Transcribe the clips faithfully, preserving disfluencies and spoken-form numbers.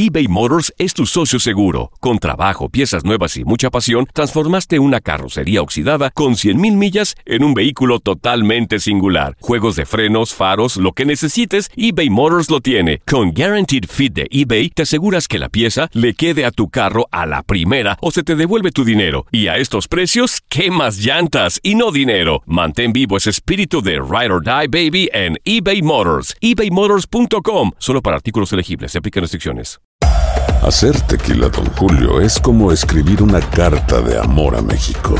eBay Motors es tu socio seguro. Con trabajo, piezas nuevas y mucha pasión, transformaste una carrocería oxidada con cien mil millas en un vehículo totalmente singular. Juegos de frenos, faros, lo que necesites, eBay Motors lo tiene. Con Guaranteed Fit de eBay, te aseguras que la pieza le quede a tu carro a la primera o se te devuelve tu dinero. Y a estos precios, ¿qué más llantas y no dinero? Mantén vivo ese espíritu de Ride or Die, baby, en eBay Motors. ebay motors punto com. Solo para artículos elegibles. Se aplican restricciones. Hacer tequila Don Julio es como escribir una carta de amor a México.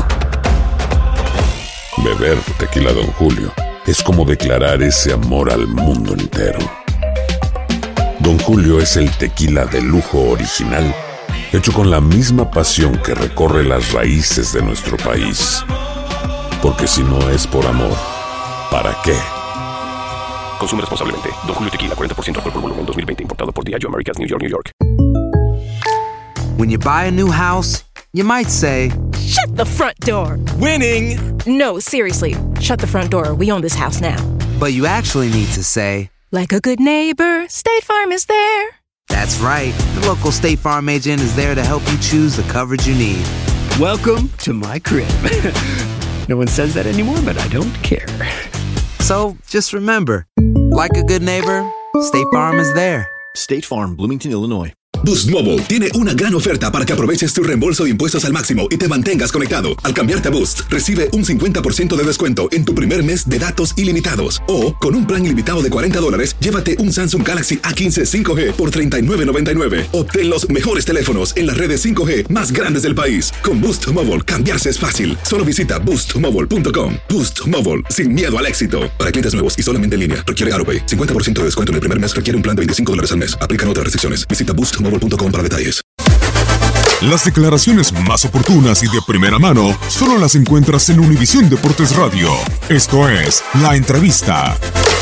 Beber tequila Don Julio es como declarar ese amor al mundo entero. Don Julio es el tequila de lujo original, hecho con la misma pasión que recorre las raíces de nuestro país. Porque si no es por amor, ¿para qué? Consume responsablemente. Don Julio Tequila, cuarenta por ciento alcohol por volumen, dos mil veinte. Importado por Diageo Americas, New York, New York. When you buy a new house, you might say, "Shut the front door." Winning! No, seriously. Shut the front door. We own this house now. But you actually need to say, like a good neighbor, State Farm is there. That's right. The local State Farm agent is there to help you choose the coverage you need. Welcome to my crib. No one says that anymore, but I don't care. So, just remember, like a good neighbor, State Farm is there. State Farm, Bloomington, Illinois. Boost Mobile tiene una gran oferta para que aproveches tu reembolso de impuestos al máximo y te mantengas conectado. Al cambiarte a Boost, recibe un cincuenta por ciento de descuento en tu primer mes de datos ilimitados. O, con un plan ilimitado de cuarenta dólares, llévate un Samsung Galaxy A quince cinco G por treinta y nueve noventa y nueve. Obtén los mejores teléfonos en las redes cinco G más grandes del país. Con Boost Mobile, cambiarse es fácil. Solo visita boost mobile punto com. Boost Mobile, sin miedo al éxito. Para clientes nuevos y solamente en línea, requiere AutoPay. cincuenta por ciento de descuento en el primer mes, requiere un plan de veinticinco dólares al mes. Aplican otras restricciones. Visita boost mobile punto com para detalles. Las declaraciones más oportunas y de primera mano solo las encuentras en Univisión Deportes Radio. Esto es La Entrevista.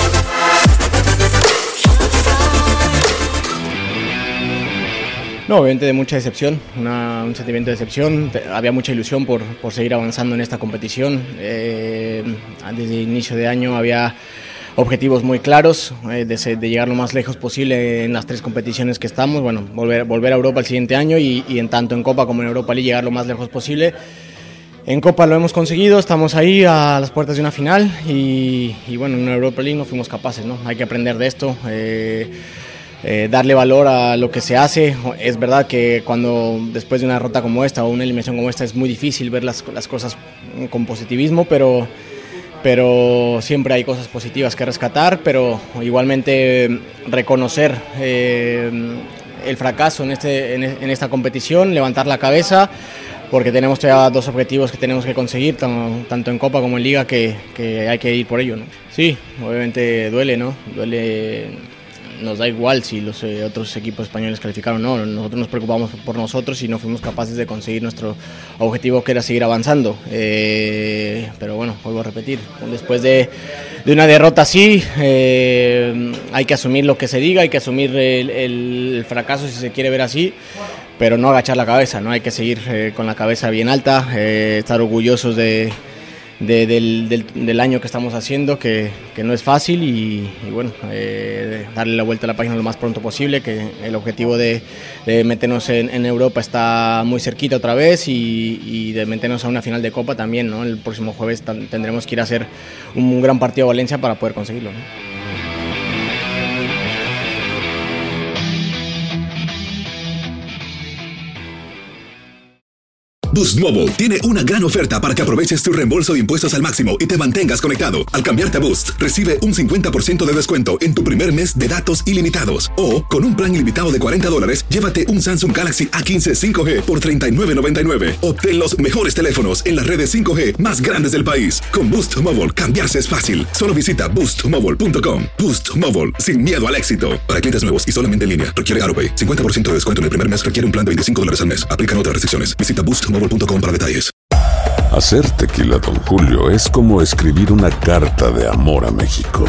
No, obviamente de mucha decepción, una, un sentimiento de decepción. Había mucha ilusión por, por seguir avanzando en esta competición. Eh, desde el inicio de año había objetivos muy claros, eh, de, de llegar lo más lejos posible en las tres competiciones que estamos. Bueno, volver, volver a Europa el siguiente año y, y en tanto en Copa como en Europa League llegar lo más lejos posible. En Copa lo hemos conseguido, estamos ahí a las puertas de una final y, y bueno, en Europa League no fuimos capaces, ¿no? Hay que aprender de esto. Eh, Eh, darle valor a lo que se hace. Es verdad que cuando después de una derrota como esta o una eliminación como esta es muy difícil ver las, las cosas con positivismo, pero, pero siempre hay cosas positivas que rescatar, pero igualmente reconocer eh, el fracaso en, este, en, en esta competición, levantar la cabeza, porque tenemos todavía dos objetivos que tenemos que conseguir, tanto en Copa como en Liga, que, que hay que ir por ello, ¿no? Sí, obviamente duele, ¿no? Duele. Nos da igual si los eh, otros equipos españoles calificaron o no, nosotros nos preocupamos por nosotros y no fuimos capaces de conseguir nuestro objetivo, que era seguir avanzando. Eh, pero bueno, vuelvo a repetir, después de, de una derrota así, eh, hay que asumir lo que se diga, hay que asumir el, el fracaso si se quiere ver así, pero no agachar la cabeza, ¿no? Hay que seguir eh, con la cabeza bien alta, eh, estar orgullosos de... De, del, del, del año que estamos haciendo, que, que no es fácil y, y bueno, eh, darle la vuelta a la página lo más pronto posible, que el objetivo de, de meternos en, en Europa está muy cerquita otra vez y, y de meternos a una final de Copa también, ¿no? El próximo jueves t- tendremos que ir a hacer un, un gran partido a Valencia para poder conseguirlo, ¿no? Boost Mobile tiene una gran oferta para que aproveches tu reembolso de impuestos al máximo y te mantengas conectado. Al cambiarte a Boost, recibe un cincuenta por ciento de descuento en tu primer mes de datos ilimitados. O, con un plan ilimitado de cuarenta dólares, llévate un Samsung Galaxy A quince cinco G por treinta y nueve noventa y nueve. Obtén los mejores teléfonos en las redes cinco G más grandes del país. Con Boost Mobile, cambiarse es fácil. Solo visita boost mobile punto com. Boost Mobile, sin miedo al éxito. Para clientes nuevos y solamente en línea, requiere AutoPay. cincuenta por ciento de descuento en el primer mes, requiere un plan de veinticinco dólares al mes. Aplican otras restricciones. Visita boost mobile punto com para detalles. Hacer tequila Don Julio es como escribir una carta de amor a México.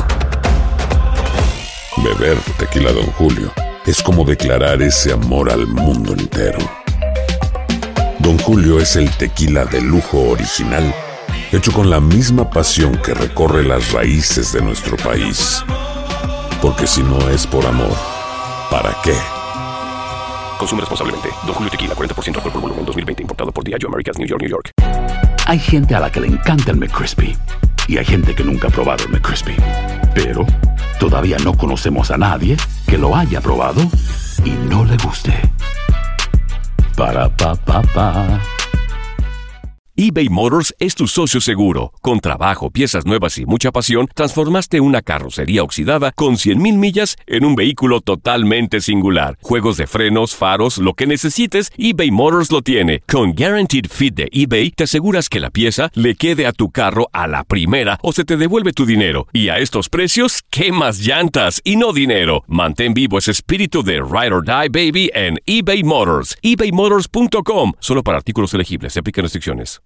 Beber tequila Don Julio es como declarar ese amor al mundo entero. Don Julio es el tequila de lujo original, hecho con la misma pasión que recorre las raíces de nuestro país. Porque si no es por amor, ¿para qué? Consume responsablemente. Don Julio Tequila, cuarenta por ciento alcohol por volumen, dos mil veinte. Importado por Diageo Americas, New York, New York. Hay gente a la que le encanta el McCrispy y hay gente que nunca ha probado el McCrispy. Pero todavía no conocemos a nadie que lo haya probado y no le guste. Para pa pa pa. eBay Motors es tu socio seguro. Con trabajo, piezas nuevas y mucha pasión, transformaste una carrocería oxidada con cien mil millas en un vehículo totalmente singular. Juegos de frenos, faros, lo que necesites, eBay Motors lo tiene. Con Guaranteed Fit de eBay, te aseguras que la pieza le quede a tu carro a la primera o se te devuelve tu dinero. Y a estos precios, ¿qué más llantas y no dinero? Mantén vivo ese espíritu de Ride or Die, baby, en eBay Motors. ebay motors punto com. Solo para artículos elegibles. Se aplican restricciones.